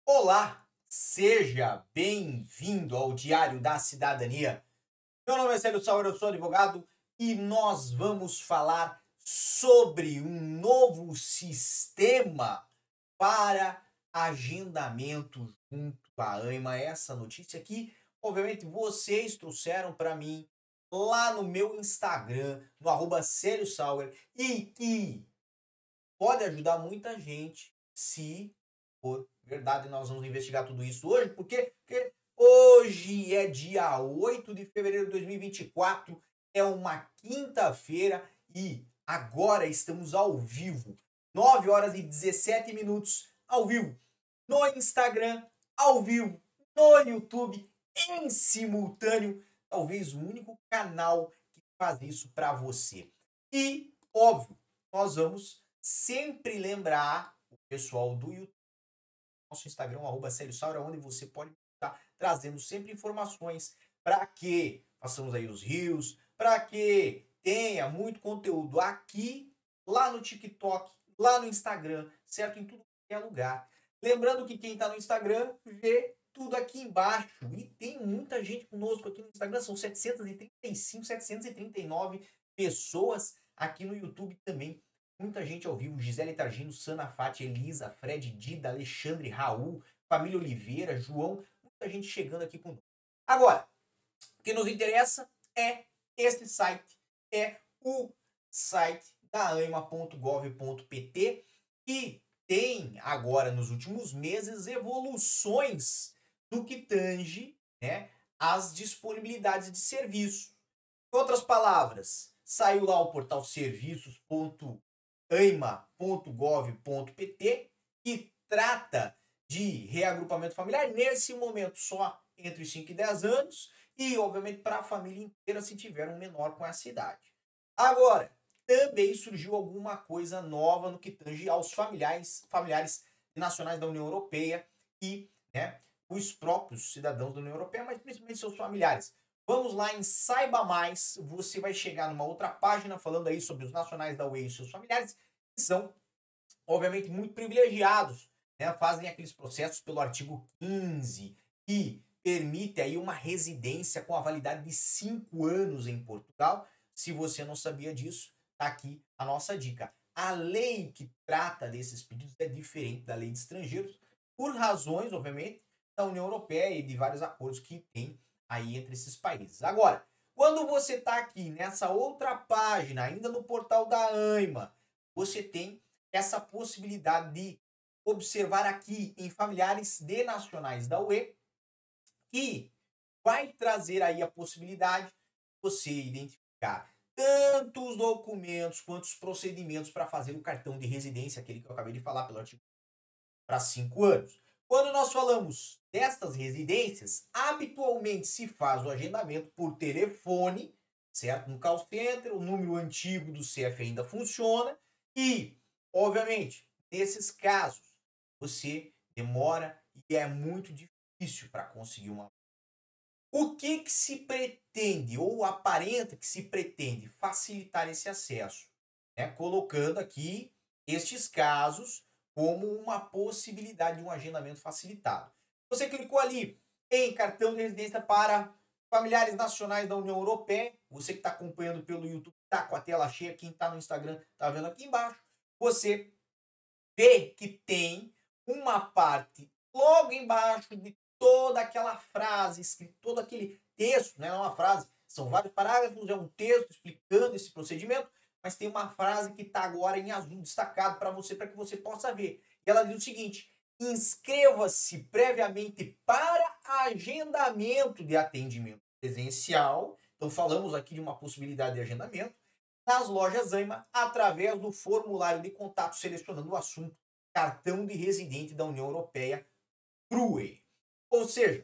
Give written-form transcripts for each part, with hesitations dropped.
Olá, seja bem-vindo ao Diário da Cidadania. Meu nome é Célio Sauer, eu sou advogado e nós vamos falar sobre um novo sistema para agendamento junto à AIMA. Essa notícia aqui, obviamente, vocês trouxeram para mim lá no meu Instagram, no Célio Sauer, e que pode ajudar muita gente se for verdade. Nós vamos investigar tudo isso hoje, porque hoje é dia 8 de fevereiro de 2024, é uma quinta-feira e agora estamos ao vivo, 9 horas e 17 minutos, ao vivo no Instagram, ao vivo no YouTube, em simultâneo, talvez o único canal que faz isso para você. E, óbvio, nós vamos sempre lembrar o pessoal do YouTube, nosso Instagram, Célio Saura, onde você pode estar trazendo sempre informações para que façamos aí os rios, para que tenha muito conteúdo aqui, lá no TikTok, lá no Instagram, certo? Em tudo que é lugar. Lembrando que quem está no Instagram vê tudo aqui embaixo. E tem muita gente conosco aqui no Instagram, são 735, 739 pessoas aqui no YouTube também. Muita gente ao vivo, Gisele Targino, Sana Fati, Elisa, Fred, Dida, Alexandre, Raul, Família Oliveira, João, muita gente chegando aqui conosco. Agora, o que nos interessa é este site, é o site da aima.gov.pt, que tem agora, nos últimos meses, evoluções no que tange, né, as disponibilidades de serviço. Em outras palavras, saiu lá o portal serviços.aima.gov.pt, que trata de reagrupamento familiar, nesse momento só entre 5 e 10 anos, e obviamente para a família inteira se tiver um menor com essa idade. Agora, também surgiu alguma coisa nova no que tange aos familiares nacionais da União Europeia e, né, os próprios cidadãos da União Europeia, mas principalmente seus familiares. Vamos lá em Saiba Mais, você vai chegar numa outra página falando aí sobre os nacionais da UE e seus familiares, que são, obviamente, muito privilegiados, né? Fazem aqueles processos pelo artigo 15, que permite aí uma residência com a validade de 5 anos em Portugal. Se você não sabia disso, tá aqui a nossa dica. A lei que trata desses pedidos é diferente da lei de estrangeiros, por razões, obviamente, da União Europeia e de vários acordos que tem aí entre esses países. Agora, quando você está aqui nessa outra página, ainda no portal da AIMA, você tem essa possibilidade de observar aqui em familiares de nacionais da UE, que vai trazer aí a possibilidade de você identificar tanto os documentos quanto os procedimentos para fazer o cartão de residência, aquele que eu acabei de falar pelo artigo, para 5 anos. Quando nós falamos destas residências, habitualmente se faz o agendamento por telefone, certo? No call center, o número antigo do CEF ainda funciona e, obviamente, nesses casos, você demora e é muito difícil para conseguir uma. O que se pretende, ou aparenta que se pretende, facilitar esse acesso, né? Colocando aqui estes casos como uma possibilidade de um agendamento facilitado. Você clicou ali em cartão de residência para familiares nacionais da União Europeia. Você que está acompanhando pelo YouTube, está com a tela cheia. Quem está no Instagram está vendo aqui embaixo. Você vê que tem uma parte logo embaixo de toda aquela frase, escrito todo aquele texto, né? Não é uma frase, são vários parágrafos, é um texto explicando esse procedimento, mas tem uma frase que está agora em azul destacado para que você possa ver. E ela diz o seguinte: inscreva-se previamente para agendamento de atendimento presencial. Então falamos aqui de uma possibilidade de agendamento nas lojas AIMA através do formulário de contato selecionando o assunto cartão de residente da União Europeia, CRUE. Ou seja,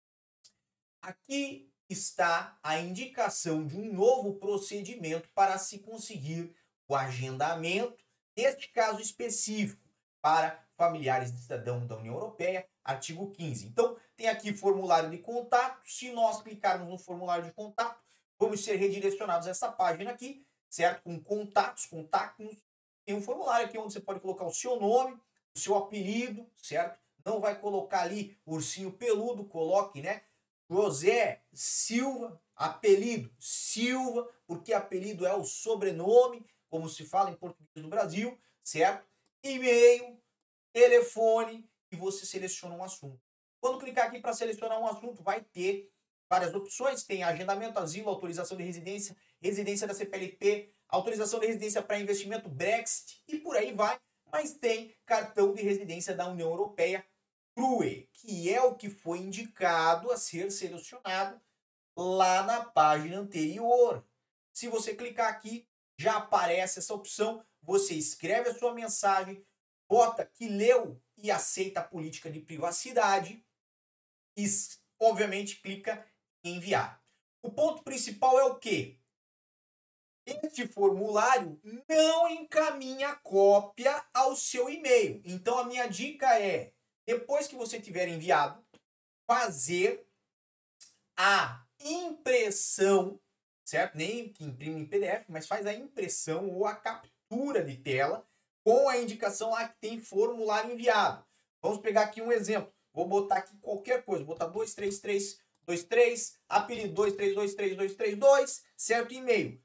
aqui está a indicação de um novo procedimento para se conseguir o agendamento, neste caso específico, para familiares de cidadão da União Europeia, artigo 15. Então, tem aqui formulário de contato. Se nós clicarmos no formulário de contato, vamos ser redirecionados a essa página aqui, certo? Com contatos, contatos. Tem um formulário aqui onde você pode colocar o seu nome, o seu apelido, certo? não vai colocar ali ursinho peludo, coloque, né? José Silva, apelido Silva, porque apelido é o sobrenome, como se fala em português do Brasil, certo? E-mail, telefone e você seleciona um assunto. Quando clicar aqui para selecionar um assunto, vai ter várias opções. Tem agendamento, asilo, autorização de residência, residência da CPLP, autorização de residência para investimento, Brexit e por aí vai. Mas tem cartão de residência da União Europeia, CRUE, que é o que foi indicado a ser selecionado lá na página anterior. Se você clicar aqui, já aparece essa opção. Você escreve a sua mensagem, bota que leu e aceita a política de privacidade e, obviamente, clica em enviar. O ponto principal é o quê? Este formulário não encaminha cópia ao seu e-mail. Então, a minha dica é, depois que você tiver enviado, fazer a impressão, certo? Nem que imprime em PDF, mas faz a impressão ou a captura de tela com a indicação lá que tem formulário enviado. Vamos pegar aqui um exemplo. Vou botar aqui qualquer coisa. Vou botar 23323, apelido 2323232, certo? E-mail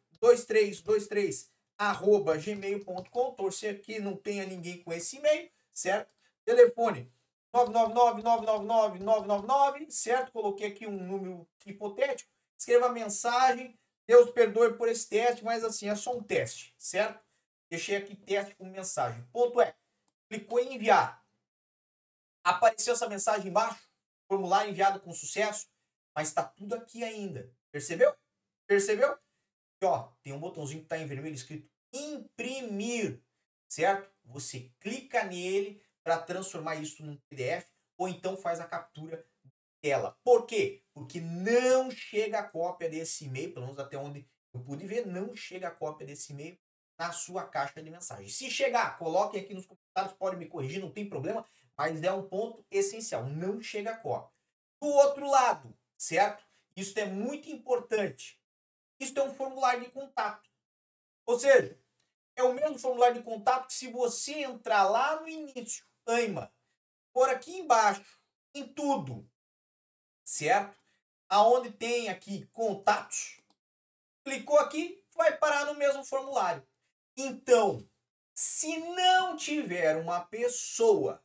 2323@gmail.com. Torcer que não tenha ninguém com esse e-mail, certo? Telefone 999-999-999, certo? Coloquei aqui um número hipotético. Escreva a mensagem. Deus perdoe por esse teste, mas assim, é só um teste, certo? Deixei aqui teste com mensagem. Ponto é, clicou em enviar. Apareceu essa mensagem embaixo, formulário enviado com sucesso, mas está tudo aqui ainda. Percebeu? Percebeu? E ó, tem um botãozinho que está em vermelho escrito imprimir, certo? Você clica nele para transformar isso num PDF ou então faz a captura de tela. Por quê? Porque não chega a cópia desse e-mail, pelo menos até onde eu pude ver, não chega a cópia desse e-mail na sua caixa de mensagem. Se chegar, coloquem aqui nos comentários, podem me corrigir, não tem problema, mas é um ponto essencial, não chega a cópia. Do outro lado, certo? Isso é muito importante. Isso é um formulário de contato. Ou seja, é o mesmo formulário de contato que se você entrar lá no início, AIMA, por aqui embaixo, em tudo, certo? Aonde tem aqui contatos, clicou aqui, vai parar no mesmo formulário. Então, se não tiver uma pessoa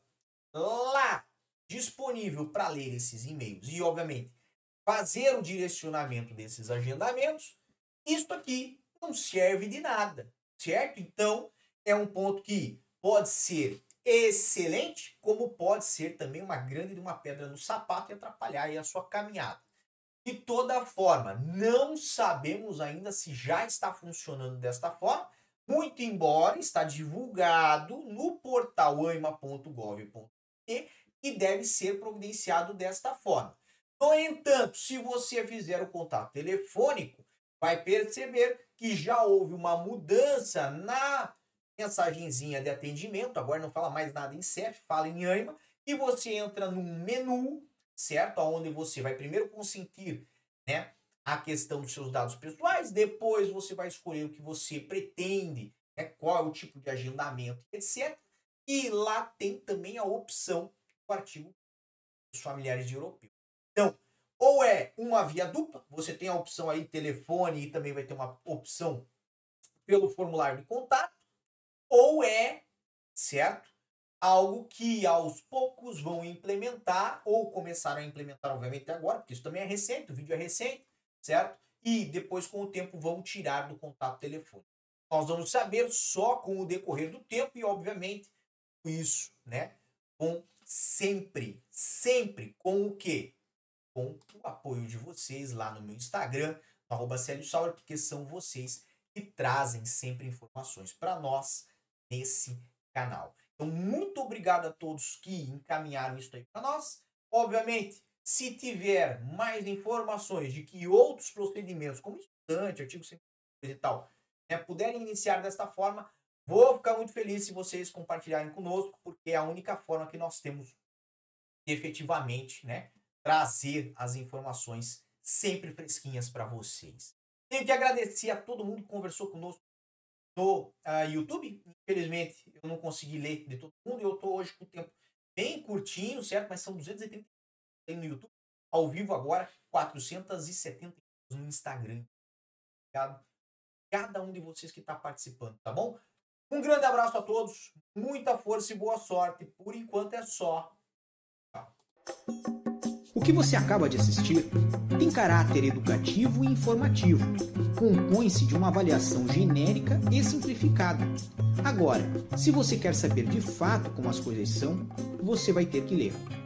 lá disponível para ler esses e-mails e, obviamente, fazer o direcionamento desses agendamentos, isso aqui não serve de nada, certo? Então, é um ponto que pode ser excelente, como pode ser também uma grande uma pedra no sapato e atrapalhar aí a sua caminhada. De toda forma, não sabemos ainda se já está funcionando desta forma, muito embora está divulgado no portal aima.gov.br e deve ser providenciado desta forma. No entanto, se você fizer o contato telefônico, vai perceber que já houve uma mudança na mensagenzinha de atendimento, agora não fala mais nada em CEF, fala em AIMA, e você entra num menu, certo? Onde você vai primeiro consentir, né, a questão dos seus dados pessoais, depois você vai escolher o que você pretende, né, qual é o tipo de agendamento, etc. E lá tem também a opção do artigo dos familiares de europeu. Então, ou é uma via dupla, você tem a opção aí telefone e também vai ter uma opção pelo formulário de contato, ou é, certo, algo que aos poucos vão implementar ou começaram a implementar, obviamente, agora, porque isso também é recente, o vídeo é recente, certo? E depois, com o tempo, vão tirar do contato telefônico. Nós vamos saber só com o decorrer do tempo e, obviamente, isso, né? Com sempre com o quê? Com o apoio de vocês lá no meu Instagram, no @CélioSauer, porque são vocês que trazem sempre informações para nós nesse canal. Então, muito obrigado a todos que encaminharam isso aí para nós. Obviamente, se tiver mais informações de que outros procedimentos, como estudante, artigo 152 e tal, né, puderem iniciar desta forma, vou ficar muito feliz se vocês compartilharem conosco, porque é a única forma que nós temos de efetivamente, né, trazer as informações sempre fresquinhas para vocês. Tenho que agradecer a todo mundo que conversou conosco no YouTube. Infelizmente, eu não consegui ler de todo mundo e eu estou hoje com o tempo bem curtinho, certo? Mas são 230 no YouTube, ao vivo agora, 470 no Instagram. Obrigado. Cada um de vocês que está participando, tá bom? Um grande abraço a todos, muita força e boa sorte. Por enquanto é só. Tchau. O que você acaba de assistir tem caráter educativo e informativo. Compõe-se de uma avaliação genérica e simplificada. Agora, se você quer saber de fato como as coisas são, você vai ter que ler.